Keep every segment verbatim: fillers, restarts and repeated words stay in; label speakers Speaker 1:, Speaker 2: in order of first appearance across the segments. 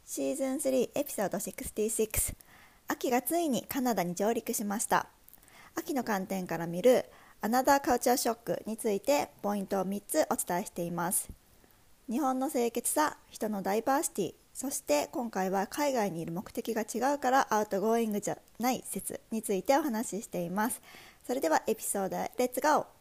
Speaker 1: シーズンスリーエピソードろくじゅうろく。秋がついにカナダに上陸しました。秋の観点から見るアナザーカルチャーショックについてポイントをみっつお伝えしています。日本の清潔さ、人のダイバーシティ、そして今回は海外にいる目的が違うからアウトゴーイングじゃない説についてお話ししています。それではエピソードへレッツゴー。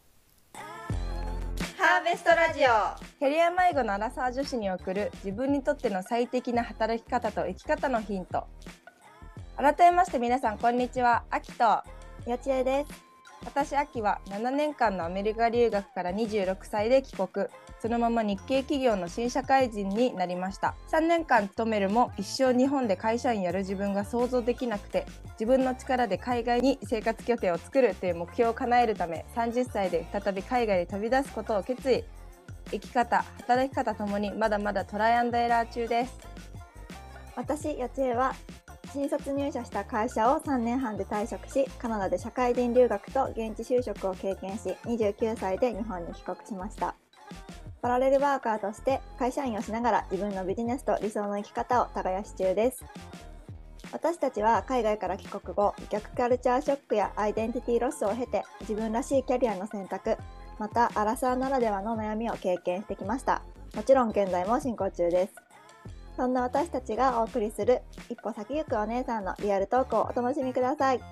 Speaker 1: ハーベストラジオ。
Speaker 2: キャリア迷子のアラサー女子に送る自分にとっての最適な働き方と生き方のヒント。改めまして皆さんこんにちは、あきと
Speaker 1: よちえです。
Speaker 2: 私あきはななねんかんのアメリカ留学からにじゅうろくさいで帰国、そのまま日系企業の新社会人になりました。さんねんかん勤めるも一生日本で会社員やる自分が想像できなくて、自分の力で海外に生活拠点を作るという目標を叶えるためさんじゅっさいで再び海外に飛び出すことを決意。生き方、働き方ともにまだまだトライアンドエラー中です。
Speaker 1: 私よちえは新卒入社した会社をさんねんはんで退職し、カナダで社会人留学と現地就職を経験し、にじゅうきゅうさいで日本に帰国しました。パラレルワーカーとして会社員をしながら自分のビジネスと理想の生き方を耕し中です。私たちは海外から帰国後、逆カルチャーショックやアイデンティティロスを経て自分らしいキャリアの選択、またアラサーならではの悩みを経験してきました。もちろん現在も進行中です。そんな私たちがお送りする一歩先行くお姉さんのリアルトークをお楽しみください。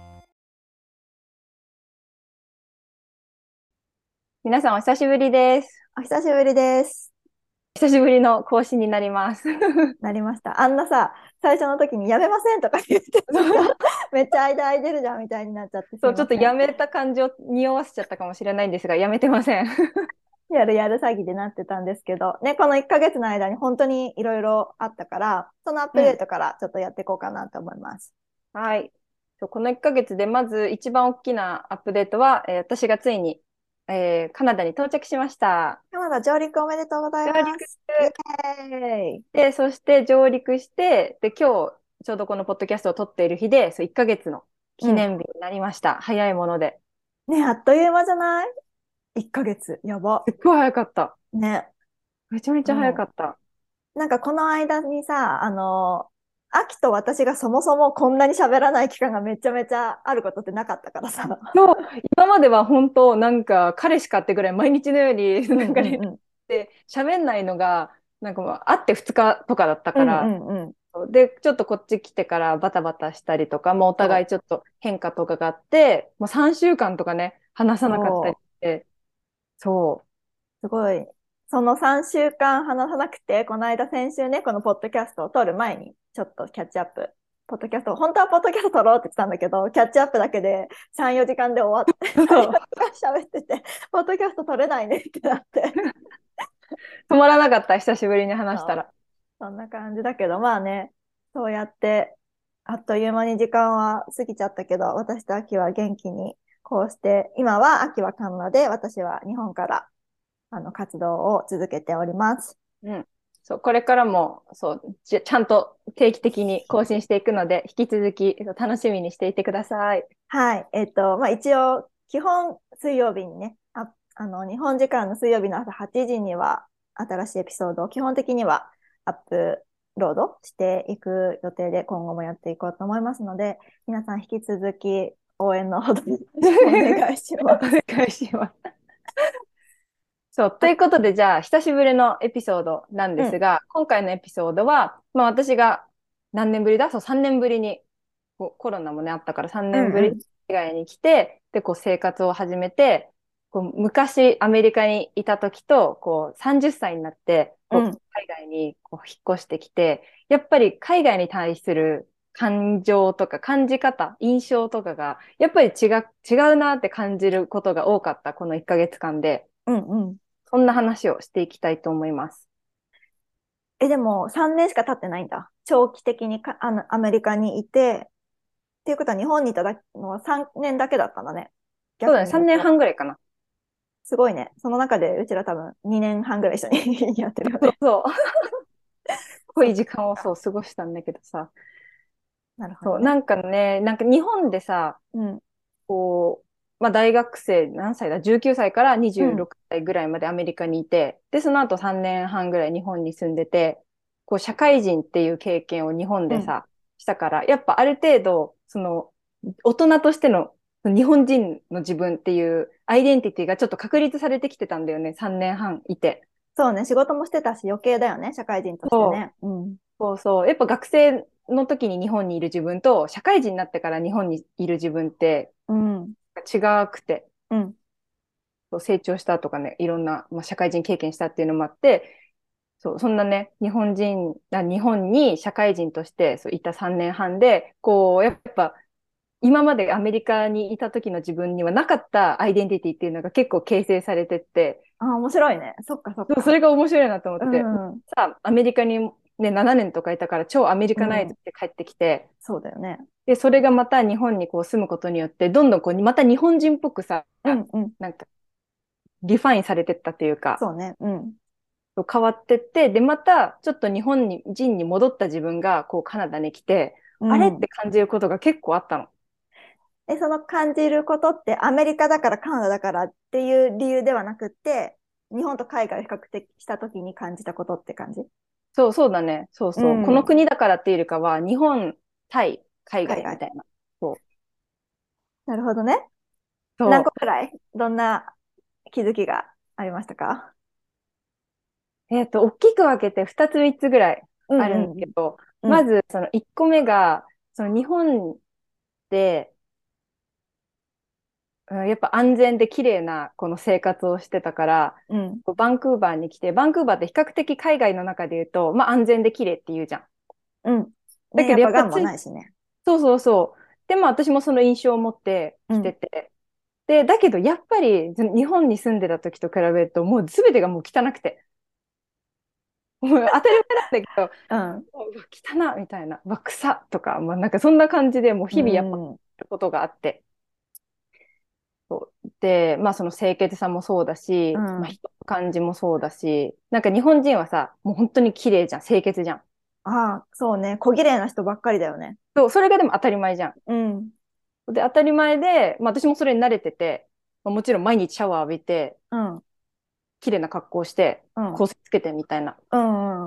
Speaker 2: 皆さんお久しぶりです。
Speaker 1: お久しぶりです。
Speaker 2: 久しぶりの更新になります
Speaker 1: なりました。あんなさ、最初の時にやめませんとか言ってめっちゃ間空いてるじゃんみたいになっちゃってすい
Speaker 2: そう、
Speaker 1: ません。
Speaker 2: ちょっとやめた感じを匂わせちゃったかもしれないんですが、やめてません
Speaker 1: やるやる詐欺でなってたんですけど、ね、このいっかげつの間に本当にいろいろあったから、そのアップデートからちょっとやっていこうかなと思います。
Speaker 2: うん、はい。このいっかげつでまず一番大きなアップデートは、えー、私がついに、えー、カナダに到着しました。
Speaker 1: カナダ上陸おめでとうござい
Speaker 2: 上陸
Speaker 1: ます。イエーイ。
Speaker 2: で、そして上陸して、で、今日ちょうどこのポッドキャストを撮っている日で、そういっかげつの記念日になりました。うん、早いもので。
Speaker 1: ね、あっという間じゃない？ いっ ヶ月。やば。
Speaker 2: すっごい早かった。
Speaker 1: ね。
Speaker 2: めちゃめちゃ早かった。
Speaker 1: うん、なんかこの間にさ、あの、秋と私がそもそもこんなに喋らない期間がめちゃめちゃあることってなかったからさ。
Speaker 2: そう、今までは本当、なんか彼氏かってぐらい毎日のように、なんかね、で、喋んないのが、なんかもう会ってふつかとかだったから、
Speaker 1: うんうんうん、
Speaker 2: で、ちょっとこっち来てからバタバタしたりとか、もうお互いちょっと変化とかがあって、もうさんしゅうかんとかね、話さなかったりして、そう。
Speaker 1: すごい。そのさんしゅうかん話さなくて、この間先週ね、このポッドキャストを撮る前に、ちょっとキャッチアップ。ポッドキャスト、本当はポッドキャスト撮ろうって言ってたんだけど、キャッチアップだけでさん、よじかんで終わって、さん、よじかん喋ってて、ポッドキャスト撮れないねってなって。
Speaker 2: 止まらなかった、久しぶりに話したら。
Speaker 1: そんな感じだけど、まあね、そうやって、あっという間に時間は過ぎちゃったけど、私と秋は元気に、こうして、今は秋はカナダで、私は日本からあの活動を続けております。
Speaker 2: うん。そう、これからも、そう、ち、ちゃんと定期的に更新していくので、引き続き楽しみにしていてください。
Speaker 1: はい。えっと、まあ、一応、基本水曜日にね、あ、あの、日本時間の水曜日の朝はちじには、新しいエピソードを基本的にはアップロードしていく予定で、今後もやっていこうと思いますので、皆さん引き続き応援のほどよろしくお願いします。
Speaker 2: お願いします。そう。ということで、じゃあ、久しぶりのエピソードなんですが、うん、今回のエピソードは、まあ私が何年ぶりだそう、さんねんぶりに、こうコロナもね、あったからさんねんぶりに海外に来て、で、こう生活を始めて、こう昔アメリカにいた時と、こうさんじゅっさいになって、こう海外にこう引っ越してきて、やっぱり海外に対する感情とか感じ方、印象とかが、やっぱり違う、違うなって感じることが多かった、このいっかげつかんで。
Speaker 1: うんうん。
Speaker 2: そんな話をしていきたいと思います。
Speaker 1: え、でもさんねんしか経ってないんだ。長期的にかあのアメリカにいて、っていうことは日本にいたのはさんねんだけだったんだね。
Speaker 2: そうだね、さんねんはんぐらいかな。
Speaker 1: すごいね。その中でうちら多分にねんはんぐらい一緒にやってるよね。
Speaker 2: そうそう。濃い時間をそう過ごしたんだけどさ。
Speaker 1: なるほど、ね。
Speaker 2: そう、なんかね、なんか日本でさ、
Speaker 1: うん、
Speaker 2: こう、まあ大学生何歳だ ?じゅうきゅう 歳からにじゅうろくさいぐらいまでアメリカにいて、で、その後さんねんはんぐらい日本に住んでて、 こう社会人っていう経験を日本
Speaker 1: うん。
Speaker 2: でさ、したから、やっぱある程度、その、大人としての日本人の自分っていうアイデンティティがちょっと確立されてきてたんだよね、さんねんはんいて。
Speaker 1: そうね、仕事もしてたし余計だよね、社会人として
Speaker 2: そう、
Speaker 1: ね。うん。
Speaker 2: そうそう。やっぱ学生の時に日本にいる自分と、社会人になってから日本にいる自分って
Speaker 1: うん。
Speaker 2: 違くて、
Speaker 1: うん。
Speaker 2: そう成長したとかね、いろんな、まあ、社会人経験したっていうのもあって、そう、そんなね、日本人、あ、日本に社会人としてそういたさんねんはんで、こう、やっぱ、今までアメリカにいた時の自分にはなかったアイデンティティっていうのが結構形成されてって、
Speaker 1: あ、面白いね。そっかそっ
Speaker 2: そうそ
Speaker 1: か。
Speaker 2: れが面白いなと思っ
Speaker 1: う
Speaker 2: て、
Speaker 1: ん。
Speaker 2: さ、アメリカにね、ななねんとかいたから超アメリ
Speaker 1: う
Speaker 2: カナイズっ
Speaker 1: ん。
Speaker 2: て帰ってきて、
Speaker 1: そうだよね。
Speaker 2: で、それがまた日本にこう住むことによって、どんどんこう、また日本人っぽくさ、
Speaker 1: うんうん。
Speaker 2: なんかリファインされてったっていうか、
Speaker 1: そうね。うん。
Speaker 2: 変わってって、で、またちょっと日本に人に戻った自分がこうカナダに来て、あれって
Speaker 1: うん。
Speaker 2: 感じることが結構あったの。
Speaker 1: え、その感じることってアメリカだからカナダだからっていう理由ではなくって、日本と海外を比較的した時に感じたことって感じ？
Speaker 2: そうそうだね。そう
Speaker 1: う
Speaker 2: そう。この
Speaker 1: ん。
Speaker 2: 国だからっていうよりかは、日本対海
Speaker 1: 海外。
Speaker 2: 外みたいな。そう。
Speaker 1: なるほどね。何個
Speaker 2: そ
Speaker 1: くらいどんな気づきがありましたか？
Speaker 2: う。えっと、大きく分けてふたつみっつぐらい
Speaker 1: うん
Speaker 2: あるんだ
Speaker 1: うん
Speaker 2: けど、
Speaker 1: うん。うん。
Speaker 2: まずそのいっこめが、その日本で、うん、やっぱ安全で綺麗なこの生活をしてたから、
Speaker 1: うん。
Speaker 2: こうバンクーバーに来て、バンクーバーって比較的海外の中で言うと、まあ安全で綺麗って言うじゃん。
Speaker 1: うん。ね、
Speaker 2: だけどや
Speaker 1: やっぱがんも
Speaker 2: っぱつい、
Speaker 1: ないしね。
Speaker 2: そうそうそう。でも私もその印象を持ってきて
Speaker 1: うん。
Speaker 2: て。で、だけどやっぱりず日本に住んでた時と比べるともう全てがもう汚くて。もう当たり前なんだけど、
Speaker 1: うん。
Speaker 2: うわ汚っみたいな、うわ、草とか、まあ、なんかそんな感じでもう
Speaker 1: う
Speaker 2: 日々やっぱ
Speaker 1: ん。
Speaker 2: ことがあって。そうで、まあその清潔さもそうだし、まあ
Speaker 1: うん。
Speaker 2: 人の感じもそうだし、なんか日本人はさ、もう本当に綺麗じゃん、清潔じゃん。
Speaker 1: ああ、そうね。小綺麗な人ばっかりだよね。
Speaker 2: そう、それがでも当たり前じゃん。
Speaker 1: うん。
Speaker 2: で、当たり前で、まあ私もそれに慣れてて、まあ、もちろん毎日シャワー浴びて、
Speaker 1: うん。
Speaker 2: 綺麗な格好して、
Speaker 1: うん。
Speaker 2: 香水つけてみたいな。
Speaker 1: うん。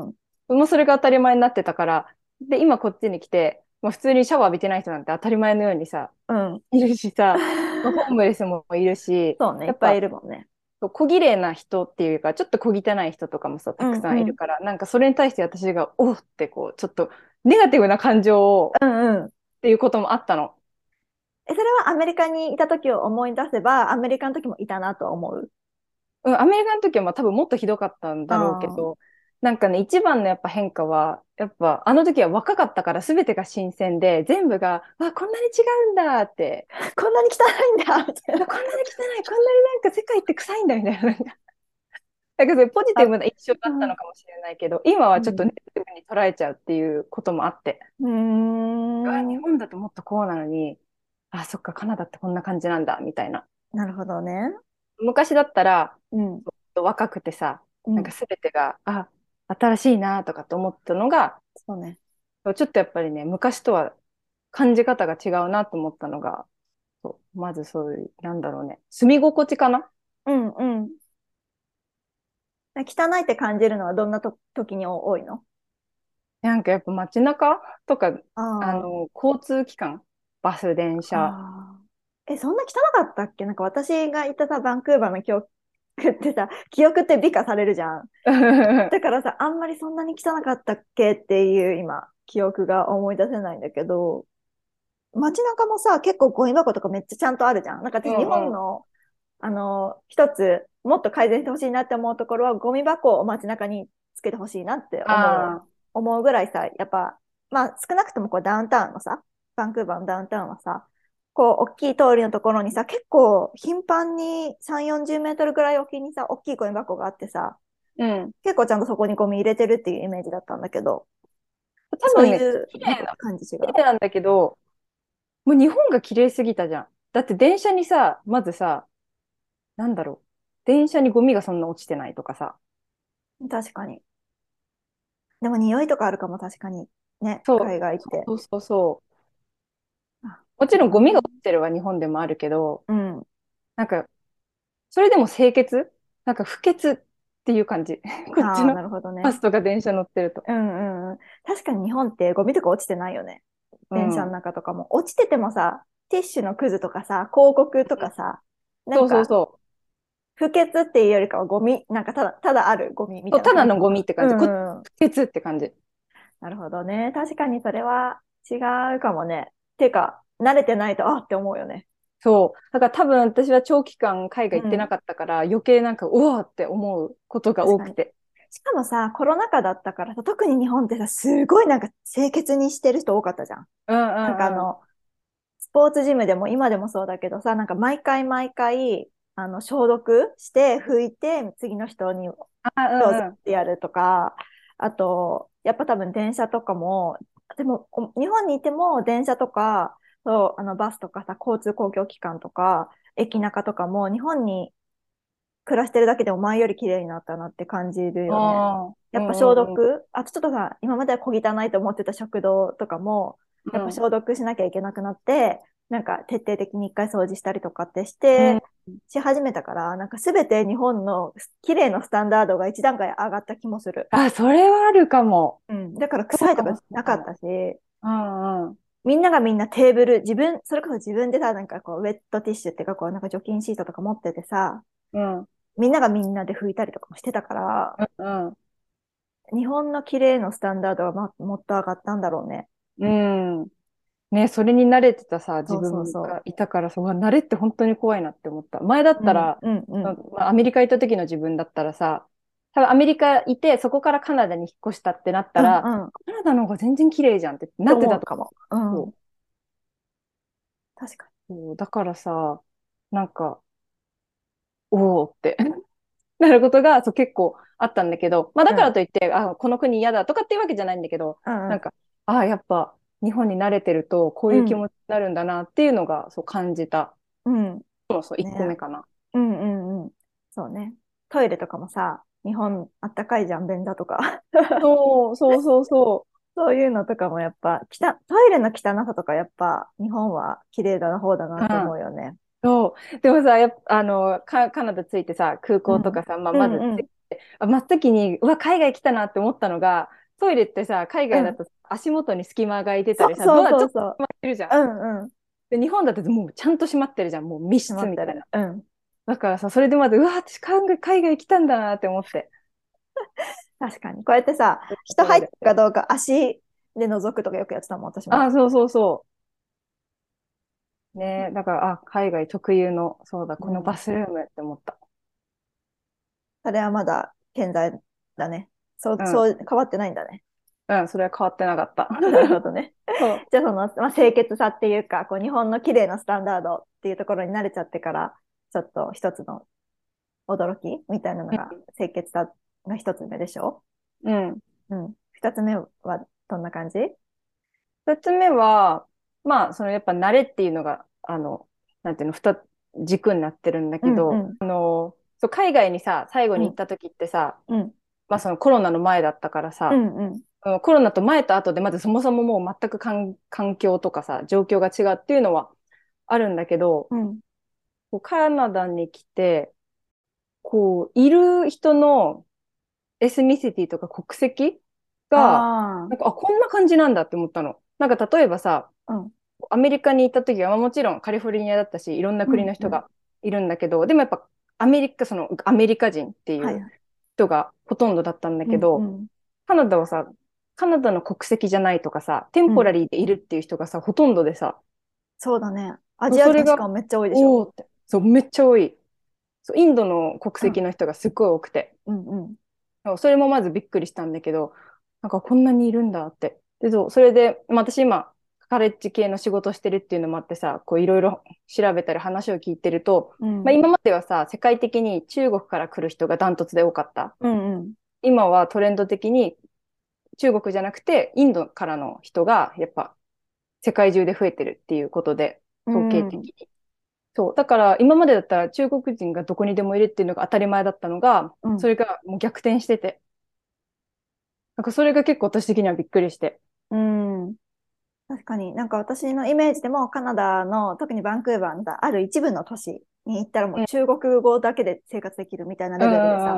Speaker 1: うん。
Speaker 2: もうそれが当たり前になってたから、で、今こっちに来て、まあ普通にシャワー浴びてない人なんて当たり前のようにさ、
Speaker 1: うん。
Speaker 2: いるしさ、まあ、ホームレスもいるし、
Speaker 1: そうね。いっぱいい
Speaker 2: やっぱ、
Speaker 1: るもんね。
Speaker 2: そう小綺麗な人っていうか、ちょっと小汚い人とかもさ、たくさんい
Speaker 1: うんうん。
Speaker 2: るから、なんかそれに対して私が、おうってこう、ちょっとネガティブな感情を
Speaker 1: うんうん。
Speaker 2: っていうこともあったの。
Speaker 1: え、それはアメリカにいた時を思い出せば、アメリカの時もいたなとは思う？
Speaker 2: うん、アメリカの時はまあ多分もっとひどかったんだろうけ
Speaker 1: ああ、
Speaker 2: ど、なんかね、一番のやっぱ変化は、やっぱあの時は若かったから全てが新鮮で、全部が、わ、こんなに違うんだって、
Speaker 1: こんなに汚いんだみたいな。
Speaker 2: うわこんなに汚い、こんなになんか世界って臭いんだみたいな。なんかなんかそういうポジティ
Speaker 1: あ、
Speaker 2: ブな印象だ
Speaker 1: うん。
Speaker 2: ったのかもしれないけど、今はちょっと
Speaker 1: うん。
Speaker 2: ネガティブに捉えちゃうっていうこともあって、
Speaker 1: うー
Speaker 2: うわ、日
Speaker 1: ん。
Speaker 2: 本だともっとこうなのに、あ、そっか、カナダってこんな感じなんだ、みたいな。
Speaker 1: なるほどね。
Speaker 2: 昔だったら、
Speaker 1: うん。
Speaker 2: 若くてさ、
Speaker 1: うん。
Speaker 2: なんか全てが、あ、新しいなとかって思ったのが、
Speaker 1: そうね。
Speaker 2: ちょっとやっぱりね、昔とは感じ方が違うなと思ったのが、そうまずそういう、なんだろうね、住み心地かな。
Speaker 1: うんうん。汚いって感じるのはどんなと時に多いの？
Speaker 2: なんかやっぱ街中とか、あ
Speaker 1: あ
Speaker 2: の、交通機関、バス、電
Speaker 1: あ、
Speaker 2: 車、
Speaker 1: ああ。え、そんな汚かったっけ？なんか私がいたさ、バンクーバーの記憶ってさ、記憶って美化されるじゃん。だからさ、あんまりそんなに汚かったっけっていう今、記憶が思い出せないんだけど、街中もさ、結構ゴミ箱とかめっちゃちゃんとあるじゃん。なんか
Speaker 2: う
Speaker 1: 私日本
Speaker 2: ん
Speaker 1: の、あの、一つ、もっと改善してほしいなって思うところは、ゴミ箱を街中につけてほしいなって思う、
Speaker 2: あ
Speaker 1: 思うぐらいさ、やっぱ、まあ少なくともこうダウンタウンのさ、バンクーバーのダウンタウンはさ、こう、大きい通りのところにさ、結構頻繁にさん、よんじゅうメートルぐらいおきにさ、大きいゴミ箱があってさ、
Speaker 2: あ、うん。
Speaker 1: 結構ちゃんとそこにゴミ入れてるっていうイメージだったんだけど、そうい
Speaker 2: 多分ね、
Speaker 1: うなんか
Speaker 2: 綺麗な、
Speaker 1: 感じ違う？
Speaker 2: 綺麗なんだけど、もう日本が綺麗すぎたじゃん。だって電車にさ、まずさ、なんだろう。電車にゴミがそんな落ちてないとかさ。
Speaker 1: 確かに。でも匂いとかあるかも、確かに。ね、
Speaker 2: そう、
Speaker 1: 海外って。
Speaker 2: そうそうそう。
Speaker 1: あ、
Speaker 2: もちろんゴミが
Speaker 1: なるほどね。
Speaker 2: 落ちてるは日本でもあるけど、
Speaker 1: うん。
Speaker 2: なんか、それでも清潔なんか不潔。 ていう感じ。こっち
Speaker 1: ああ、
Speaker 2: の
Speaker 1: なるほどね。
Speaker 2: バスとか電車乗ってると。
Speaker 1: うんうんうん。確かに日本ってゴミとか落ちてないよね。
Speaker 2: うん。
Speaker 1: 電車の中とかも。落ちててもさ、ティッシュのくずとかさ、広告とかさ、なんか、
Speaker 2: そうそうそう。
Speaker 1: 不潔っていうよりかはゴミ、なんかただ、ただあるゴミみ
Speaker 2: そう、ただの
Speaker 1: たいな感じ。
Speaker 2: ゴミって感じ。こっち、
Speaker 1: うんうん。
Speaker 2: 不潔って感じ。
Speaker 1: なるほどね。確かにそれは違うかもね。ていうか、慣れてないと、あって思うよね。
Speaker 2: そう。だから多分私は長期間海外行ってな
Speaker 1: うん。
Speaker 2: かったから余計なんかうわーって思うことが
Speaker 1: 確かに。
Speaker 2: 多くて。
Speaker 1: しかもさ、コロナ禍だったからさ、特に日本ってさ、すごいなんか清潔にしてる人多かったじゃん。
Speaker 2: うん
Speaker 1: なんかあ
Speaker 2: うんうん。
Speaker 1: の、スポーツジムでも今でもそうだけどさ、なんか毎回毎回、あの、消毒して拭いて、次の人に
Speaker 2: あ、
Speaker 1: どうぞ
Speaker 2: うんうん。
Speaker 1: ってやるとか、あと、やっぱ多分電車とかも、でも、お日本にいても電車とか、そう、あのバスとかさ、交通公共機関とか、駅中とかも、日本に暮らしてるだけでも前より綺麗になったなって感じるよね。
Speaker 2: ああ、う
Speaker 1: やっぱ消
Speaker 2: んうんうん。
Speaker 1: 毒、あとちょっとさ、今までは小汚いと思ってた食堂とかも、やっぱ
Speaker 2: うん
Speaker 1: 消毒しなきゃいけなくなって、なんか徹底的に一回掃除したりとかってし
Speaker 2: うん。
Speaker 1: て、し始めたから、なんかすべて日本の綺麗のスタンダードが一段階上がった気もする。
Speaker 2: あ、それはあるかも。
Speaker 1: うん。だから
Speaker 2: そうかも、
Speaker 1: 臭いとか
Speaker 2: そうかも。
Speaker 1: なかったし、
Speaker 2: うんうん。
Speaker 1: みんながみんなテーブル、自分、それこそ自分でさ、なんかこう、ウェットティッシュっていうか、こう、なんか除菌シートとか持っててさ、
Speaker 2: うん
Speaker 1: みんながみんなで拭いたりとかもしてたから、
Speaker 2: うん
Speaker 1: 日本の綺麗のスタンダードは、ま、もっと上がったんだろうね。
Speaker 2: うん。うん。ね、それに慣れてたさ、自
Speaker 1: そうそう
Speaker 2: 分
Speaker 1: そ
Speaker 2: がいたからさ、うわ慣れって本当に怖いなって思った。前だっ
Speaker 1: う。うん、
Speaker 2: たら、
Speaker 1: うん、うん。
Speaker 2: まあ、アメリカ行った時の自分だったらさ、多分アメリカいて、そこからカナダに引っ越したってなった
Speaker 1: うん、
Speaker 2: ら、
Speaker 1: うん。っ
Speaker 2: カナダの方が全然綺麗じゃんって
Speaker 1: て
Speaker 2: なってたと
Speaker 1: 思うかも。う
Speaker 2: 思う。
Speaker 1: ん。確か
Speaker 2: そうだからさ、なんか、おおってなることがそう結構あったんだけど、まあだ
Speaker 1: に。うん、
Speaker 2: からといって、あ、この国嫌だとかっていうわけじゃないんだけど、
Speaker 1: うん、うん。
Speaker 2: なんか、あ、やっぱ日本に慣れてるとこういう気
Speaker 1: うん、
Speaker 2: 持ちになるんだなっていうのがそう感じた。
Speaker 1: うん。
Speaker 2: そうそう、いっこ
Speaker 1: ね。
Speaker 2: めかな。
Speaker 1: うん、うん、うん。そうね。トイレとかもさ、日本あったかいじゃん、便座とか。
Speaker 2: そうそうそうそ
Speaker 1: そういうのとかもやっぱ、きた、トイレの汚さとかやっぱ、日本は綺麗な方だな
Speaker 2: う。う
Speaker 1: って思
Speaker 2: ん。
Speaker 1: うよね。
Speaker 2: そう。でもさ、やっぱ、あの、カ、カナダ着いてさ、空
Speaker 1: うん。
Speaker 2: 港とかさ、まあ、
Speaker 1: うん、
Speaker 2: まず着い
Speaker 1: うん。
Speaker 2: て、あ、真っ先に、うわ、海外来たなって思ったのが、トイレってさ、海
Speaker 1: うん。
Speaker 2: 外だと足元に隙間が空いてたりさ、
Speaker 1: そうそう
Speaker 2: ドアちょっと
Speaker 1: そうそう。
Speaker 2: 閉まってるじゃん。
Speaker 1: うん、うん。
Speaker 2: で、日本だともうちゃんと閉まってるじゃん。もう密
Speaker 1: 閉まってる。
Speaker 2: 室みたいな。
Speaker 1: うん。
Speaker 2: だからさ、それでまず、うわ、私海外、海外来たんだなって思って。
Speaker 1: 確かに。こうやってさ、人入って
Speaker 2: ところで。
Speaker 1: るかどうか足で覗くとかよくやってたもん、私も。
Speaker 2: あ、そうそうそう。ね、だから、あ、海外特有の、そうだ、このバ
Speaker 1: うん。
Speaker 2: スルームって思った。
Speaker 1: それはまだ健在だね。そう、
Speaker 2: うん。
Speaker 1: そう、変わってないんだね。
Speaker 2: うん、それは変わってなかった。
Speaker 1: なるほどね。
Speaker 2: そ
Speaker 1: じゃあその、まあ、清潔さっていうか、こう日本の綺麗なスタンダードっていうところに慣れちゃってから、ちょっと一つの驚きみたいなのが
Speaker 2: う。
Speaker 1: 清潔さが一つ目でしょ？
Speaker 2: うん。うん。
Speaker 1: うん。二つ目はどんな感じ？
Speaker 2: 二つ目は、まあ、そのやっぱ慣れっていうのが、あの、なんていうの、二軸になってるんだ
Speaker 1: うんう
Speaker 2: けど、
Speaker 1: ん。
Speaker 2: あの、そう、海外にさ、最後
Speaker 1: うん
Speaker 2: に行った時ってさ、
Speaker 1: うん。
Speaker 2: まあそのコロナの前だったから
Speaker 1: う
Speaker 2: さ、
Speaker 1: んうん。
Speaker 2: うんコロナと前と後でまずそもそももう全く環環境とかさ、状況が違うっていうのはあるんだけど、
Speaker 1: うん。
Speaker 2: こうカナダに来て、こう、いる人のエスニシティとか国籍が、
Speaker 1: あ
Speaker 2: なんか、あ、こんな感じなんだって思ったの。なんか例えばさ、
Speaker 1: あ。うん。
Speaker 2: アメリカに行った時は、まあもちろんカリフォルニアだったし、いろんな
Speaker 1: うんうん。
Speaker 2: 国の人がいるんだけど、でもやっぱアメリカ、そのアメリカ人っていう
Speaker 1: はいはい。
Speaker 2: 人がほとんどだったんだ
Speaker 1: うんう
Speaker 2: けど、
Speaker 1: ん。
Speaker 2: カナダはさ、カナダの国籍じゃないとかさ、テンポラ
Speaker 1: うん。
Speaker 2: リーでいるっていう人がさ、ほとんどでさ、
Speaker 1: そうだね。アジア
Speaker 2: それが、
Speaker 1: 人しかもめっちゃ多いでしょ。
Speaker 2: おーって、そう、めっちゃ多い。そう、インドの国
Speaker 1: うん。
Speaker 2: 籍の人がすっごい多くて、
Speaker 1: うんうん。
Speaker 2: そうそれもまずびっくりしたんだけど、なんかこんなにいるんだって。で、そう、それで、まあ、私今、カレッジ系の仕事してるっていうのもあってさ、こういろいろ調べたり話を聞いてると、まあ、
Speaker 1: うん。
Speaker 2: 今まではさ、世界的に中国から来る人がダントツで多かった。
Speaker 1: うんうん。
Speaker 2: 今はトレンド的に中国じゃなくて、インドからの人がやっぱ世界中で増えてるっていうことで、
Speaker 1: う
Speaker 2: 統計的
Speaker 1: ん。
Speaker 2: に。そう。だから今までだったら中国人がどこにでもいるっていうのが当たり前だったのが、
Speaker 1: うん。
Speaker 2: それがもう逆転してて、なんかそれが結構私的にはびっくりして。
Speaker 1: うん。確かになんか私のイメージでもカナダの特にバンクーバーのある一部の都市に行ったらも
Speaker 2: うん
Speaker 1: う中国語だけで生活できるみたいな
Speaker 2: う
Speaker 1: レベルでさ、
Speaker 2: んうん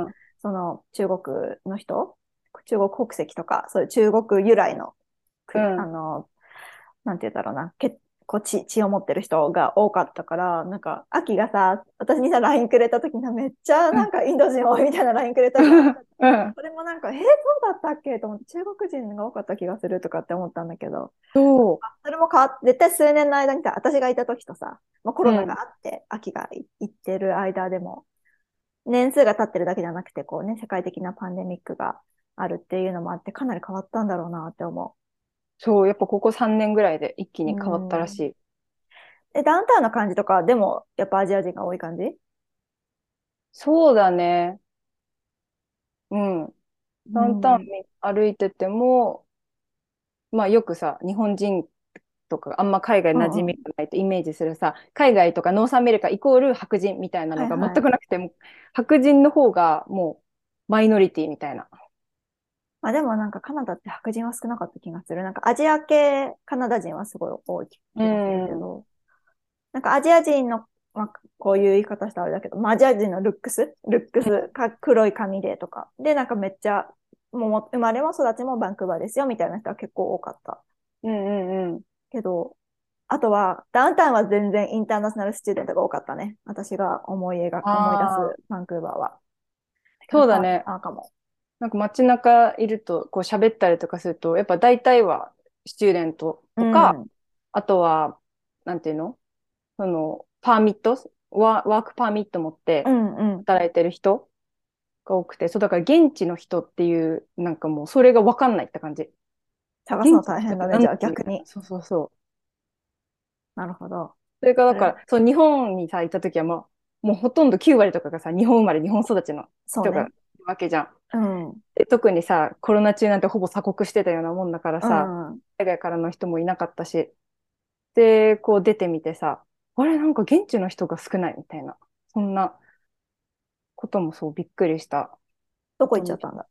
Speaker 1: その中国の人、中国国籍とか、そういう中国由来の、
Speaker 2: うん。
Speaker 1: あの、なんて言うんだろうな、けこう血、血を持ってる人が多かったから、なんか、秋がさ、私にさ、ライン くれた時にめっちゃなんかインド人多いみたいな ライン くれたじゃん。
Speaker 2: うん。
Speaker 1: それもなんか、えー、そうだったっけと思って、中国人が多かった気がするとかって思ったんだけど、
Speaker 2: そ
Speaker 1: それも変わって、絶対数年の間にさ、私がいた時とさ、まあ、コ
Speaker 2: う。
Speaker 1: ロナ
Speaker 2: うん。
Speaker 1: があって、秋が行ってる間でも、年数が経ってるだけじゃなくて、こうね、世界的なパンデミックがあるっていうのもあって、かなり変わったんだろうなって思
Speaker 2: そう、やっぱここさんねんぐらいで一気
Speaker 1: う。
Speaker 2: に変わった
Speaker 1: うん。
Speaker 2: らしい。
Speaker 1: で、ダウンタウンの感じとか、でも、やっぱアジア人が多い感じ？
Speaker 2: そうだね。うん。
Speaker 1: う
Speaker 2: ダウンタウン
Speaker 1: ん。
Speaker 2: 歩いてても、まあよくさ、日本人とかあんま海外馴染み
Speaker 1: うんうん。
Speaker 2: がないとイメージするさ、海外とかノースアメリカイコール白人みたいなのが全
Speaker 1: はいはい。
Speaker 2: くなくても、白人の方がもうマイノリティみたいな。
Speaker 1: まあでもなんかカナダって白人は少なかった気がする。なんかアジア系カナダ人はすごい多い
Speaker 2: う
Speaker 1: 気がするけ
Speaker 2: ん。
Speaker 1: ど、なんかアジア人の、まあ、こういう言い方したらあれだけど、まあ、アジア人のルックス、ルックス、か黒い髪でとか。で、なんかめっちゃ、もう生まれも育ちもバンクーバーですよみたいな人は結構多かった。
Speaker 2: うんうんうん。
Speaker 1: けど、あとは、ダウンタウンは全然インターナショナルスチューデントが多かったね。私が思い描、思い出
Speaker 2: ああ、
Speaker 1: すバンクーバーは。やっぱ、
Speaker 2: そうだね。
Speaker 1: あ、かも。
Speaker 2: なんか街中いると、こう喋ったりとかすると、やっぱ大体はスチューデント
Speaker 1: う
Speaker 2: とか、
Speaker 1: ん。
Speaker 2: あとは、なんていうのその、パーミット、ワ、ワークパーミット持って
Speaker 1: うんうん。
Speaker 2: 働いてる人が多くて、そう、だから現地の人っていう、なんかもうそれがわかんないって感じ。
Speaker 1: 探すの
Speaker 2: 現地の人って
Speaker 1: 大変だね、じゃあ
Speaker 2: 何なのみ
Speaker 1: 逆に。
Speaker 2: たいな。そうそうそう。
Speaker 1: なるほど。
Speaker 2: それがだ
Speaker 1: それ、
Speaker 2: から、そう、日本にさ、いた時はもう、もうほとんどきゅう割とかがさ、日本生まれ、日本育ちの人がい
Speaker 1: そうね。
Speaker 2: るわけじゃん。
Speaker 1: うん。うん。
Speaker 2: で、特にさ、コロナ中なんてほぼ鎖国してたようなもんだからさ、海外からの人もいなかったし、で、こう出てみてさ、あれ、なんか現地の人が少ないみたいな、そんなこともそうびっくりした
Speaker 1: どこ
Speaker 2: ことに。
Speaker 1: 行っちゃったんだ？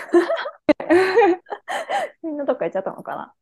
Speaker 1: みんなどっか行っちゃったのかな？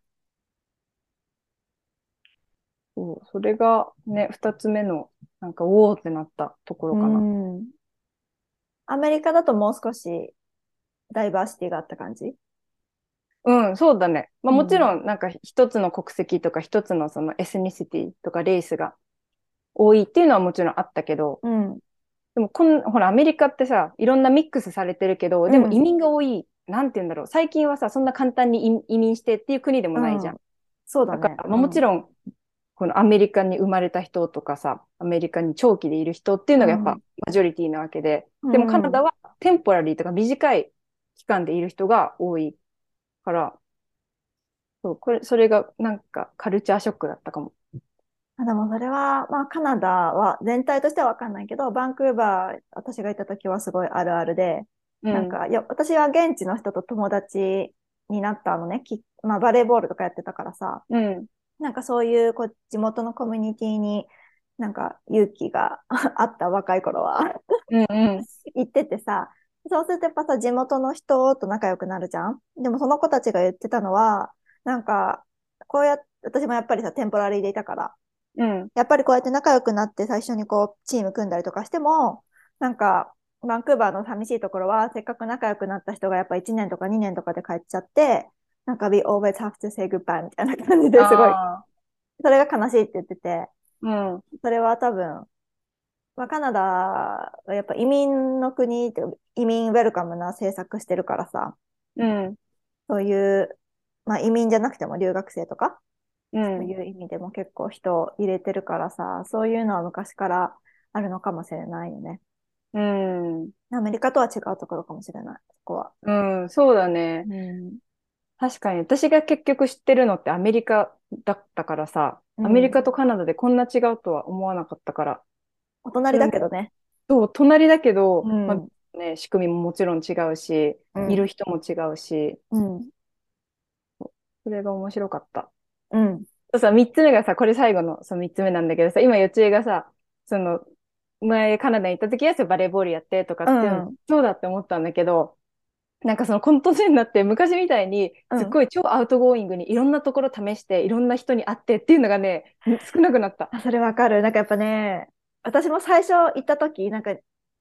Speaker 2: そう、それがね、二つ目の、なんか、おおってなったところ
Speaker 1: う
Speaker 2: かな。
Speaker 1: ん。アメリカだともう少しダイバーシティがあった感じ？
Speaker 2: うん、そうだね。まあ
Speaker 1: うん。
Speaker 2: もちろん、なんか一つの国籍とか一つのそのエスニシティとかレースが多いっていうのはもちろんあったけど、
Speaker 1: うん。
Speaker 2: でもこん、ほら、アメリカってさ、いろんなミックスされてるけど、
Speaker 1: うん。
Speaker 2: でも移民が多い、なんて言うんだろう。最近はさ、そんな簡単に移移民してっていう国でも
Speaker 1: う
Speaker 2: ないじゃん。
Speaker 1: ん。そうだね。
Speaker 2: だから、まあ、
Speaker 1: うん。
Speaker 2: もちろん、このアメリカに生まれた人とかさ、アメリカに長期でいる人っていうのがやっぱ
Speaker 1: うん。
Speaker 2: マジョリティなわけで、
Speaker 1: う
Speaker 2: でもカナダ
Speaker 1: ん。
Speaker 2: はテンポラリーとか短い期間でいる人が多いから、そう、これ、それがなんかカルチャーショックだったかも。
Speaker 1: あ、でもそれは、まあカナダは全体としてはわかんないけど、バンクーバー、私がいた時はすごいあるあるで、
Speaker 2: うん、
Speaker 1: なんか、いや、私は現地の人と友達になったのね。き、まあバレーボールとかやってたからさ、
Speaker 2: うん、
Speaker 1: なんかそういうこう地元のコミュニティになんか勇気があった若い頃は
Speaker 2: うん、うん、
Speaker 1: 行っててさ、そうするとやっぱさ、地元の人と仲良くなるじゃん。でもその子たちが言ってたのは、なんか、こうやって、私もやっぱりさ、テンポラリーでいたから、
Speaker 2: うん、
Speaker 1: やっぱりこうやって仲良くなって最初にこう、チーム組んだりとかしても、なんか、バンクーバーの寂しいところは、せっかく仲良くなった人がやっぱいちねんとかにねんとかで帰っちゃって、なんか we always have to say goodbye みたいな感じですごい、
Speaker 2: ああ、
Speaker 1: それが悲しいって言ってて、
Speaker 2: うん、
Speaker 1: それは多分、まあ、カナダはやっぱ移民の国って移民ウェルカムな政策してるからさ、
Speaker 2: うん、
Speaker 1: そういう、まあ、移民じゃなくても留学生とか、
Speaker 2: うん、
Speaker 1: そういう意味でも結構人を入れてるからさ、そういうのは昔からあるのかもしれないよね。
Speaker 2: うん、
Speaker 1: アメリカとは違うところかもしれない、そこは。
Speaker 2: うん、そうだね。
Speaker 1: うん。
Speaker 2: 確かに、私が結局知ってるのってアメリカだったからさ、アメリ
Speaker 1: うん。
Speaker 2: カとカナダでこんな違うとは思わなかったから、
Speaker 1: お隣
Speaker 2: それも、
Speaker 1: だけどね。
Speaker 2: そう、隣だけど、ま
Speaker 1: うん。
Speaker 2: あね、仕組みももちろん違うし、いる
Speaker 1: うん。
Speaker 2: 人も違うし、
Speaker 1: うん。
Speaker 2: それが面白かった。
Speaker 1: うん。
Speaker 2: そうさ、三つ目がさ、これ最後のその三つ目なんだけどさ、今、よちえがさ、その、前カナダに行った時はそうバレーボールやってとかっていうの、
Speaker 1: うん。
Speaker 2: そうだって思ったんだけど、なんかそのこの年になって昔みたいに
Speaker 1: うん。
Speaker 2: すっごい超アウトゴーイングにいろんなところ試していろんな人に会ってっていうのがね、少なくなった。
Speaker 1: あ、それわかる。なんかやっぱね、私も最初行った時、なんか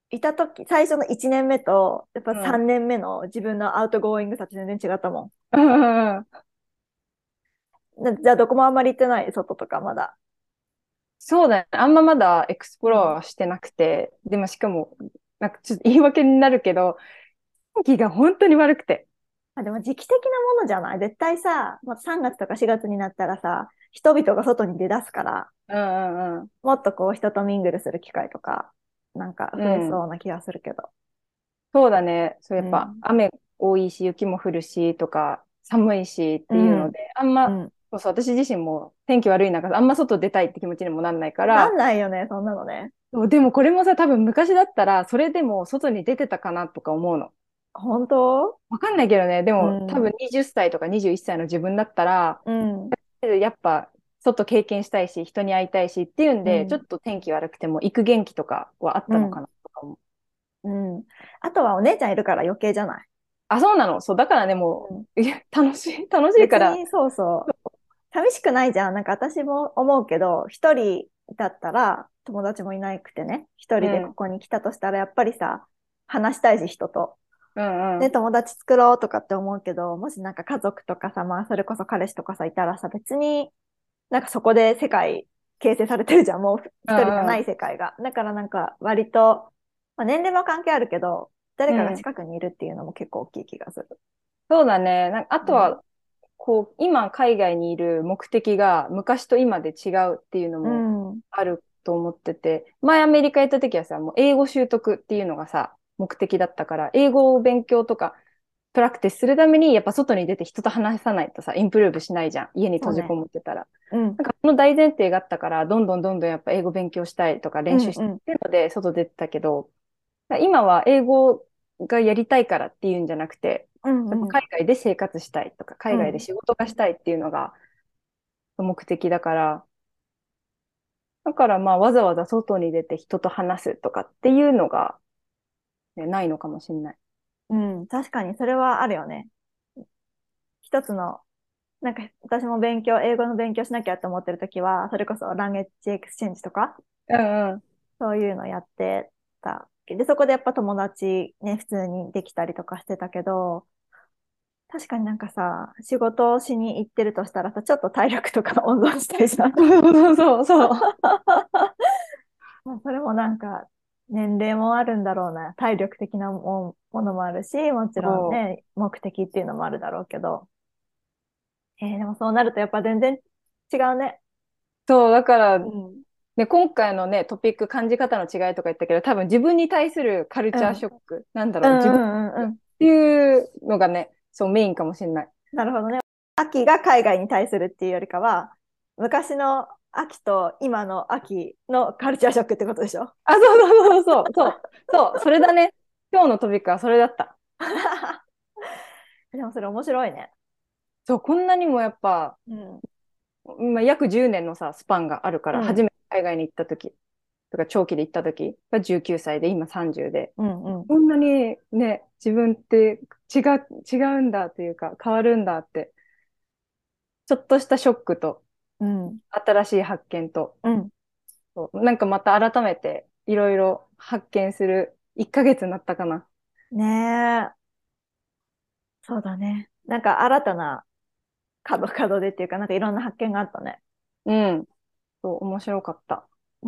Speaker 1: いたとき、最初のいちねんめと、やっぱ
Speaker 2: うん。
Speaker 1: さんねんめの自分のアウトゴーイングさって全然違ったも
Speaker 2: うんうん。
Speaker 1: ん。なじゃあどこもあんまり行ってない外とかまだ。
Speaker 2: そうだね。あんままだエクスプ
Speaker 1: うん。
Speaker 2: ローラーしてなくて、でもしかも、なんかちょっと言い訳になるけど、天気が本当に悪くて。
Speaker 1: あ、でも時期的なものじゃない絶対さ、まあ、さんがつとかしがつになったらさ、人々が外に出だすから、
Speaker 2: うんうん
Speaker 1: もっとこう人とミングルする機会とか、なんか
Speaker 2: うん。うん。
Speaker 1: 増えそうな気がするけど。
Speaker 2: そうだね。そう、やっぱ
Speaker 1: うん。
Speaker 2: 雨多いし、雪も降るしとか、寒いしっ
Speaker 1: うん。
Speaker 2: ていうので、あんま、
Speaker 1: うん。
Speaker 2: そうそう、私自身も天気悪い中、あんま外出たいって気持ちにもなんないか
Speaker 1: なん
Speaker 2: ら、
Speaker 1: ないよね、そんなのね。
Speaker 2: そうでもこれもさ、多分昔だったら、それでも外に出てたかなとか思うの。
Speaker 1: 本当？
Speaker 2: わかんないけどね、で
Speaker 1: う
Speaker 2: も多分
Speaker 1: ん。
Speaker 2: はたちとかにじゅういっさいの自分だったら、
Speaker 1: うん。
Speaker 2: やっぱ外経験したいし、人に会いたいしっていうんで、ちょ
Speaker 1: うん。
Speaker 2: っと天気悪くても行く元気とかはあっ
Speaker 1: うん。
Speaker 2: たのかなとか思う。
Speaker 1: うん。あとはお姉ちゃんいるから余計じゃない？
Speaker 2: あ、そうなの。そう、だからね、も
Speaker 1: うん。
Speaker 2: う、いや楽しい、楽しいから、
Speaker 1: 別にそうそう。寂しくないじゃん。なんか私も思うけど、一人だったら友達もいなくてね、一
Speaker 2: うん、
Speaker 1: 人でここに来たとしたらやっぱりさ、話したいし人と。で、
Speaker 2: うんうん。
Speaker 1: 友達作ろうとかって思うけど、もしなんか家族とかさ、まあそれこそ彼氏とかさ、いたらさ、別になんかそこで世界形成されてるじゃん。もう一
Speaker 2: う
Speaker 1: 人じゃない
Speaker 2: ん
Speaker 1: 世界が。だからなんか割と、まあ、年齢も関係あるけど、誰
Speaker 2: うん。
Speaker 1: かが
Speaker 2: うん。
Speaker 1: 近くにいるっていうのも結構大きい気がする。
Speaker 2: そうだね。なんかあ
Speaker 1: うん。
Speaker 2: とは、こう、今海外にいる目的が昔と今で違うっていうの
Speaker 1: う
Speaker 2: も
Speaker 1: ん。
Speaker 2: あると思ってて、前アメリカ行った時はさ、もう英語習得っていうのがさ、目的だったから、英語を勉強とか、プラクティスするために、やっぱ外に出て人と話さないとさ、インプルーブしないじゃん。家に閉じこ
Speaker 1: そうね。
Speaker 2: もってたら。
Speaker 1: うん。
Speaker 2: なんか、その大前提があったから、どんどんどんどんやっぱ英語勉強したいとか練習して
Speaker 1: うんうん。
Speaker 2: るので、外出てたけど、今は英語がやりたいからっていうんじゃなくて、やっぱ
Speaker 1: うんうん。
Speaker 2: 海外で生活したいとか、海外で
Speaker 1: うん。
Speaker 2: 仕事がしたいっていうのが目的だから、だからまあわざわざ外に出て人と話すとかっていうのが、ね、ないのかもしれない。
Speaker 1: うん。確かにそれはあるよね。一つの、なんか私も勉強、英語の勉強しなきゃって思ってるときは、それこそランゲージエクスチェンジとか、
Speaker 2: うんうん。
Speaker 1: そういうのやってた。で、そこでやっぱ友達ね、普通にできたりとかしてたけど、確かになんかさ、仕事をしに行ってるとしたらさ、ちょっと体力とか温存したいじゃん。
Speaker 2: そうそうそう。
Speaker 1: まあそれもなんか、年齢もあるんだろうな。体力的なもものもあるし、もちろん
Speaker 2: そう
Speaker 1: ね、目的っていうのもあるだろうけど。えーでもそうなるとやっぱ全然違うね。
Speaker 2: そう、だから、
Speaker 1: うん。
Speaker 2: ね、今回のね、トピック感じ方の違いとか言ったけど、多分自分に対するカルチャー
Speaker 1: うん。
Speaker 2: ショック、なんだろう、自分っ
Speaker 1: うんうんうんうん。
Speaker 2: ていうのがね、そうメインかもしれない。
Speaker 1: なるほどね。秋が海外に対するっていうよりかは、昔の秋と今の秋のカルチャーショックってことでしょ？
Speaker 2: あ、そうそうそうそう、そう、そう、それだね。今日のトピックはそれだった。
Speaker 1: でもそれ面白いね。
Speaker 2: そう、こんなにもやっぱ、
Speaker 1: うん。
Speaker 2: まあ、約じゅうねんのさ、スパンがあるから、初
Speaker 1: うん。
Speaker 2: めて海外に行った時とか、長期で行った時がじゅうきゅうさいで、今さんじゅうで、
Speaker 1: うんうん。
Speaker 2: こんなにね、自分って違う、違うんだというか、変わるんだって、ちょっとしたショックと、
Speaker 1: うん。
Speaker 2: 新しい発見と、
Speaker 1: うん。
Speaker 2: そうなんかまた改めて、いろいろ発見するいっかげつになったかな。
Speaker 1: ねえ。そうだね。なんか新たな角角でっていうか、なんかいろんな発見があったね。
Speaker 2: うん。そう、面白かった。
Speaker 1: うん。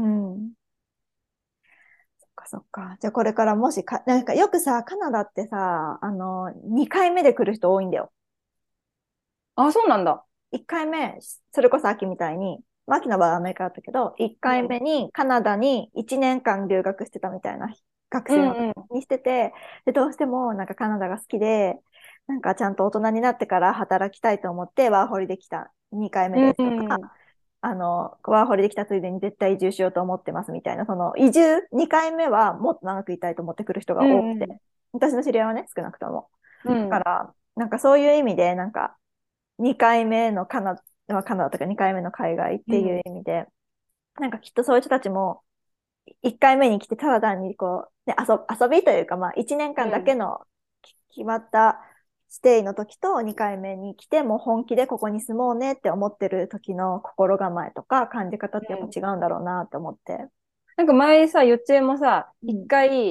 Speaker 1: そっかそっか。じゃあこれからもしか、なんかよくさ、カナダってさ、あの、にかいめで来る人多いんだよ。
Speaker 2: あ、そうなんだ。
Speaker 1: いっかいめ、それこそ秋みたいに、まあ秋の場合はアメリカだったけど、1
Speaker 2: うん。
Speaker 1: 回目にカナダにいちねんかん留学してたみたいな学生の時
Speaker 2: うんうん。
Speaker 1: にしてて、で、どうしてもなんかカナダが好きで、なんかちゃんと大人になってから働きたいと思ってワーホリできたにかいめ
Speaker 2: う
Speaker 1: ですとか、
Speaker 2: ん。
Speaker 1: あの、ワーホリできたついでに絶対移住しようと思ってますみたいな、その移住にかいめはもっと長くいたいと思ってくる人
Speaker 2: う
Speaker 1: が多くて、
Speaker 2: んうん。
Speaker 1: 私の知り合いはね、少なくとも。
Speaker 2: うん。
Speaker 1: だから、なんかそういう意味で、なんかにかいめのカナダ、カナダとかにかいめの海外っていう
Speaker 2: うん。
Speaker 1: 意味で、なんかきっとそういう人たちもいっかいめに来てただ単にこう、ね、遊遊びというか、まあいちねんかんだけの決まったステイの時とにかいめに来てもう本気でここに住もうねって思ってる時の心構えとか感じ方ってやっぱ
Speaker 2: うん。
Speaker 1: 違うんだろうなって思って。
Speaker 2: なんか前さ、よっちえもさ、一
Speaker 1: うん。
Speaker 2: 回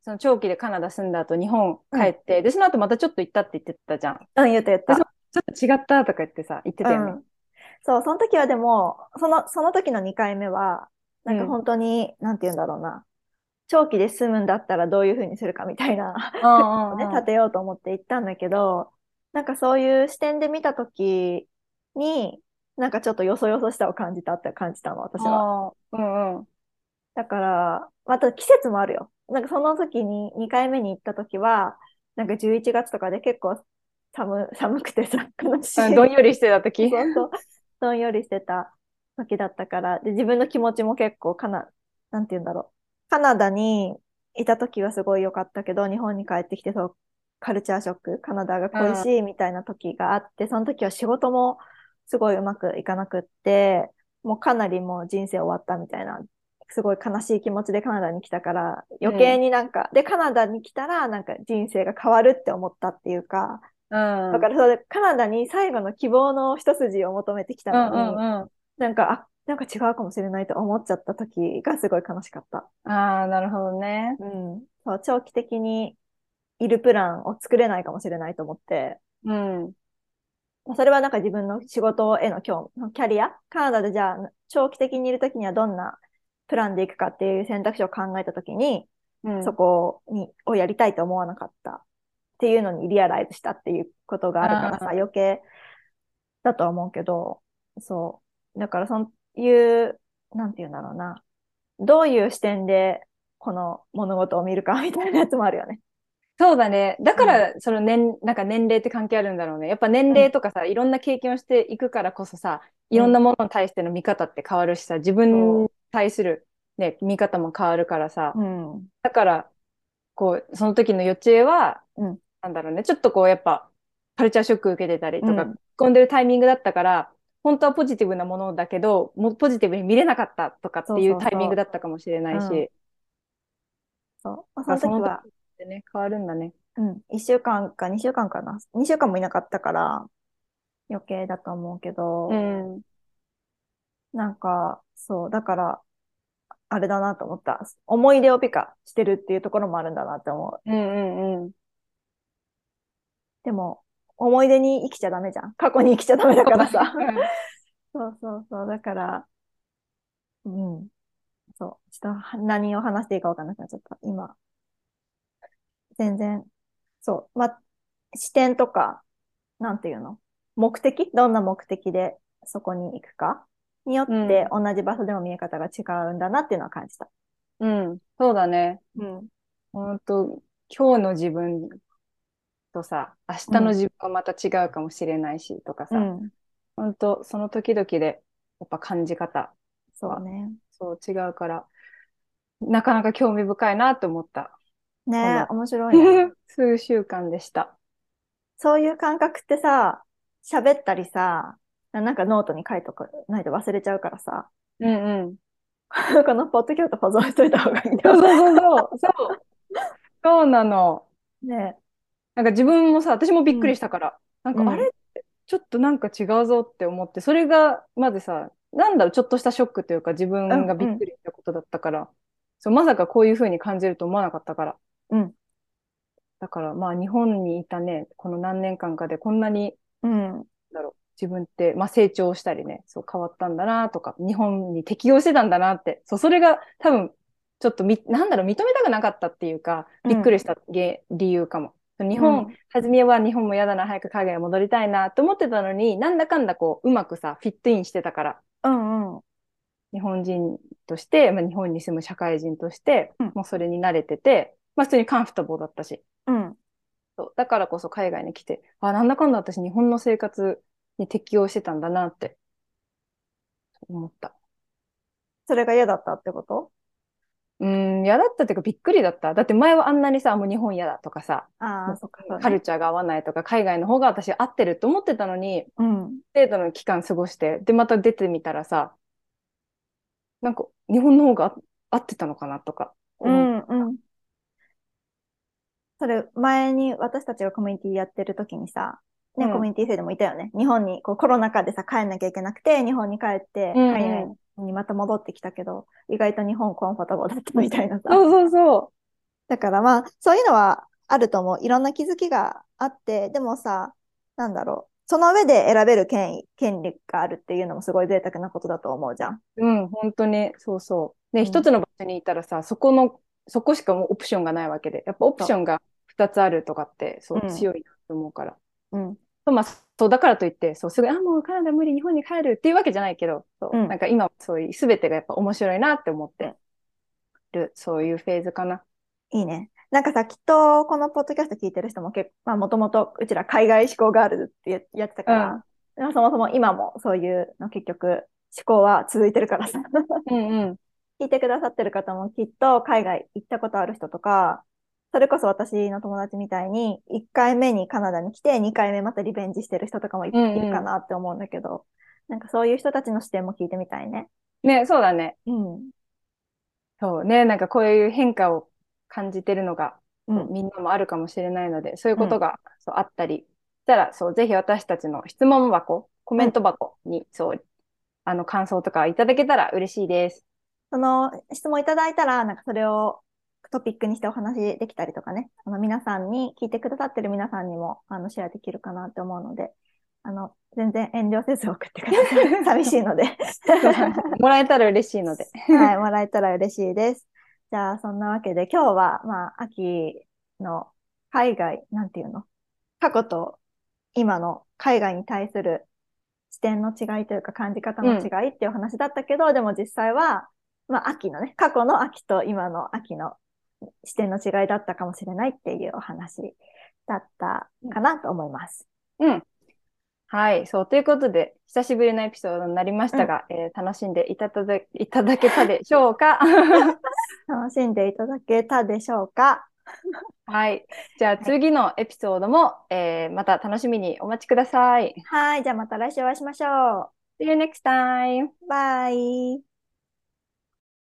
Speaker 2: その長期でカナダ住んだ後日本
Speaker 1: うん。
Speaker 2: 帰って、で、その後またちょっと行ったって言ってたじゃん。
Speaker 1: うん、言った言っ
Speaker 2: で、そ
Speaker 1: た。
Speaker 2: ちょっと違ったとか言ってさ、言ってたよね。
Speaker 1: うん。そう、その時はでも、その、その時のにかいめは、
Speaker 2: うん。
Speaker 1: なんか本当に、なんて言うんだろうな。長期で住むんだったらどういうふうにするかみたいな
Speaker 2: う
Speaker 1: プランをね、
Speaker 2: んうんうん。
Speaker 1: 立てようと思って行ったんだけど、なんかそういう視点で見た時に、なんかちょっとよそよそしさを感じたって感じたの、私は。
Speaker 2: ああ、うんうん。
Speaker 1: だから、また季節もあるよ。なんかその時に、にかいめに行った時は、なんかじゅういちがつとかで結構寒、寒くてさ、悲し
Speaker 2: うん、どん
Speaker 1: い。
Speaker 2: よりしてた時。
Speaker 1: そうそう、どんよりしてた時だったから、で、自分の気持ちも結構かな、なんて言うんだろう。カナダにいた時はすごい良かったけど、日本に帰ってきて、そう、カルチャーショック、カナダが
Speaker 2: うん。
Speaker 1: 恋しいみたいな時があって、その時は仕事もすごいうまくいかなくって、もうかなりもう人生終わったみたいな、すごい悲しい気持ちでカナダに来たから、余計
Speaker 2: うん。
Speaker 1: になんか、で、カナダに来たら、なんか人生が変わるって思ったっていうか、
Speaker 2: うん。うん
Speaker 1: だからそれカナダに最後の希望の一筋を求めてきた
Speaker 2: う
Speaker 1: のに、
Speaker 2: んうん。
Speaker 1: なんか、あ、なんか違うかもしれないと思っちゃった時がすごい悲しかった。
Speaker 2: ああ、なるほどね。
Speaker 1: うん。そう、長期的にいるプランを作れないかもしれないと思って、
Speaker 2: うん。
Speaker 1: それはなんか自分の仕事への興味、キャリア、カナダでじゃあ長期的にいる時にはどんなプランでいくかっていう選択肢を考えた時に、そ
Speaker 2: うん。
Speaker 1: こに、をやりたいと思わなかったっていうのにリアライズしたっていうことがあるからさ、
Speaker 2: ああ、
Speaker 1: 余計だとは思うけど、そう。だからそういう、なんていうんだろうな。どういう視点でこの物事を見るかみたいなやつもあるよね。
Speaker 2: そうだね。だ
Speaker 1: うん。
Speaker 2: から、その年、なんか年齢って関係あるんだろうね。やっぱ年
Speaker 1: うん。
Speaker 2: 齢とかさ、いろんな経験をしていくからこそさ、い
Speaker 1: うん。
Speaker 2: ろんなものに対しての見方って変わるしさ、自分に
Speaker 1: そ
Speaker 2: 対する、ね、見方も変わるからさ、
Speaker 1: う。うん。
Speaker 2: だから、こう、その時の予知恵は、
Speaker 1: うん。
Speaker 2: なんだろうね、ちょっとこう、やっぱ、カルチャーショック受けてたりとか、
Speaker 1: うん。
Speaker 2: 込んでるタイミングだったから、本当はポジティブなものだけど、もうポジティブに見れなかったとかっ
Speaker 1: そう
Speaker 2: ていうタイミング
Speaker 1: そうそ
Speaker 2: だったかもしれな
Speaker 1: う。うん。
Speaker 2: いし、
Speaker 1: そう。まあそ
Speaker 2: だからその時
Speaker 1: の時は、
Speaker 2: ってね、変わるんだね。
Speaker 1: うん。いっしゅうかんかにしゅうかんかんかな。にしゅうかんもいなかったから余計だと思うけど、
Speaker 2: うん。うん
Speaker 1: なんか、そう。だから、あれだなと思った。思い出を美化してるっていうところもあるんだなって思う。
Speaker 2: うんうん。
Speaker 1: でも、思い出に生きちゃダメじゃん。過去に生きちゃダメだ
Speaker 2: そうだね。
Speaker 1: からさ。
Speaker 2: うん。
Speaker 1: そうそうそう。だから、うん。そう。ちょっと何を話していいかわかんなくなっちゃった。今、全然、そう。ま、視点とか、なんていうの目的どんな目的でそこに行くかによって
Speaker 2: うん
Speaker 1: 同じ場所でも見え方が違うんだなっていうのは感じた。
Speaker 2: うん。そうだね。
Speaker 1: うん。
Speaker 2: 本当今日の自分とさ、明
Speaker 1: うん。
Speaker 2: 日の自分はまた違うかもしれないしとかさ、
Speaker 1: うん。
Speaker 2: 本当その時々でやっぱ感じ方は
Speaker 1: そうね。
Speaker 2: そう違うから、なかなか興味深いなと思った。こ
Speaker 1: ねえ、
Speaker 2: の
Speaker 1: 面白いね。
Speaker 2: 数週間でした。
Speaker 1: そういう感覚ってさ、喋ったりさ、なんかノートに書いとかないと忘れちゃうからさ、
Speaker 2: うんうん。
Speaker 1: このポッドキャスト保存しといた方がいいんだよ。
Speaker 2: そうそうそうそう、そう、そうなの。
Speaker 1: ね。
Speaker 2: なんか自分もさ、私もびっくり
Speaker 1: うん。
Speaker 2: したから、なんかあれ
Speaker 1: うん。
Speaker 2: ちょっとなんか違うぞって思って、それがまずさ、なんだろう、ちょっとしたショックというか自
Speaker 1: うん。
Speaker 2: 分がびっ
Speaker 1: うん。
Speaker 2: くりしたことだったから、そう、まさかこういうふうに感じると思わなかったから。
Speaker 1: うん。
Speaker 2: だからまあ日本にいたね、この何年間かでこんなに、
Speaker 1: うん。
Speaker 2: なんだろう、自分って、まあ、成長したりね、そう変わったんだなとか、日本に適応してたんだなって、そう、それが多分、ちょっとみ、なんだろう、認めたくなかったっていうか、
Speaker 1: うん。
Speaker 2: びっくりしたげ理由かも。日本、
Speaker 1: うん。
Speaker 2: 初めは日本も嫌だな、早く海外に戻りたいなと思ってたのに、なんだかんだこう、うまくさ、フィットインしてたから、
Speaker 1: うん。うん。
Speaker 2: 日本人として、まあ、日本に住む社会人として、
Speaker 1: うん。
Speaker 2: もうそれに慣れてて、まあ、普通にカンフタボーだったし、
Speaker 1: うん。
Speaker 2: そうだからこそ海外に来て、あ、なんだかんだ私日本の生活に適応してたんだなって思った。
Speaker 1: それが嫌だったってこと？
Speaker 2: うん、嫌だったっていうかびっくりだった。だって前はあんなにさ、もう日本嫌だとかさ、
Speaker 1: ああー、
Speaker 2: も
Speaker 1: そっか、そうね。
Speaker 2: うカルチャーが合わないとか、海外の方が私合ってると思ってたのに、
Speaker 1: うん。
Speaker 2: デートの期間過ごして、で、また出てみたらさ、なんか日本の方が合ってたのかなとか思う。
Speaker 1: うん。うん。それ、前に私たちがコミュニティやってる時にさ、ね、コミュ
Speaker 2: うん。
Speaker 1: ニティ生でもいたよね。日本に、こうコロナ禍でさ、帰んなきゃいけなくて、日本に帰っ
Speaker 2: う
Speaker 1: て、海外
Speaker 2: んうん。
Speaker 1: にまた戻ってきたけど、意外と日本コンフォータブルだったみたいなさ。
Speaker 2: そうそうそう。
Speaker 1: だからまあ、そういうのはあると思う。いろんな気づきがあって、でもさ、なんだろう。その上で選べる権威、権利があるっていうのもすごい贅沢なことだと思うじゃん。
Speaker 2: うん、本当に、そうそう。ね、
Speaker 1: うん。
Speaker 2: 一つの場所にいたらさ、そこの、そこしかもうオプションがないわけで、やっぱオプ
Speaker 1: そ
Speaker 2: ションが二つあるとかって、そ
Speaker 1: う。
Speaker 2: う、
Speaker 1: うん。
Speaker 2: 強いなと思うから。
Speaker 1: うん。
Speaker 2: そう、まあ、そう、だからといって、そう、すぐ、あ、もうカナダ無理、日本に帰るっていうわけじゃないけど、そう、な
Speaker 1: うん。
Speaker 2: んか今、そういう全てがやっぱ面白いなって思っ
Speaker 1: うん。
Speaker 2: てる、そういうフェーズかな。
Speaker 1: いいね。なんかさ、きっとこのポッドキャスト聞いてる人も結構、まあもともとうちら海外志向ガールズってややってたから、
Speaker 2: うん。
Speaker 1: まあそもそも今もそういうの結局思考は続いてるからさ。
Speaker 2: うんうん。
Speaker 1: 聞いてくださってる方もきっと海外行ったことある人とか、それこそ私の友達みたいにいっかいめにカナダに来てにかいめまたリベンジしてる人とかもい、いるか
Speaker 2: うんうん。
Speaker 1: なって思うんだけど、なんかそういう人たちの視点も聞いてみたいね。
Speaker 2: ね、そうだね。
Speaker 1: うん。
Speaker 2: そうね、なんかこういう変化を感じてるのが、
Speaker 1: うん。
Speaker 2: そうみんなもあるかもしれないので、そういう
Speaker 1: うん。
Speaker 2: ことがそうあったりしたら、そう、ぜひ私たちの質問箱、コ
Speaker 1: うん。
Speaker 2: メント箱に、そう、あの、感想とかいただけたら嬉しいです。
Speaker 1: その質問いただいたら、なんかそれをトピックにしてお話できたりとかね、あの皆さんに、聞いてくださってる皆さんにもあのシェアできるかなって思うので、あの、全然遠慮せず送ってください。寂しいので。
Speaker 2: そうさもらえたら嬉しいので。
Speaker 1: はい、もらえたら嬉しいです。じゃあ、そんなわけで今日は、まあ、秋の海外、なんていうの、過去と今の海外に対する視点の違いというか感じ方の違
Speaker 2: うん。
Speaker 1: いっていう話だったけど、でも実際は、まあ、秋のね、過去の秋と今の秋の視点の違いだったかもしれないっていうお話だったかなと思います。
Speaker 2: うん。はい。そう。ということで、久しぶりのエピソードになりまし
Speaker 1: うん。
Speaker 2: たが、えー楽しんでいただ、いただけたでしょうか？
Speaker 1: 楽しんでいただけたでしょうか？
Speaker 2: はい。じゃあ
Speaker 1: はい。
Speaker 2: 次のエピソードも、えーまた楽しみにお待ちください。
Speaker 1: はい。じゃあまた来週お会いしましょ
Speaker 2: See you next time!
Speaker 1: う。バイ。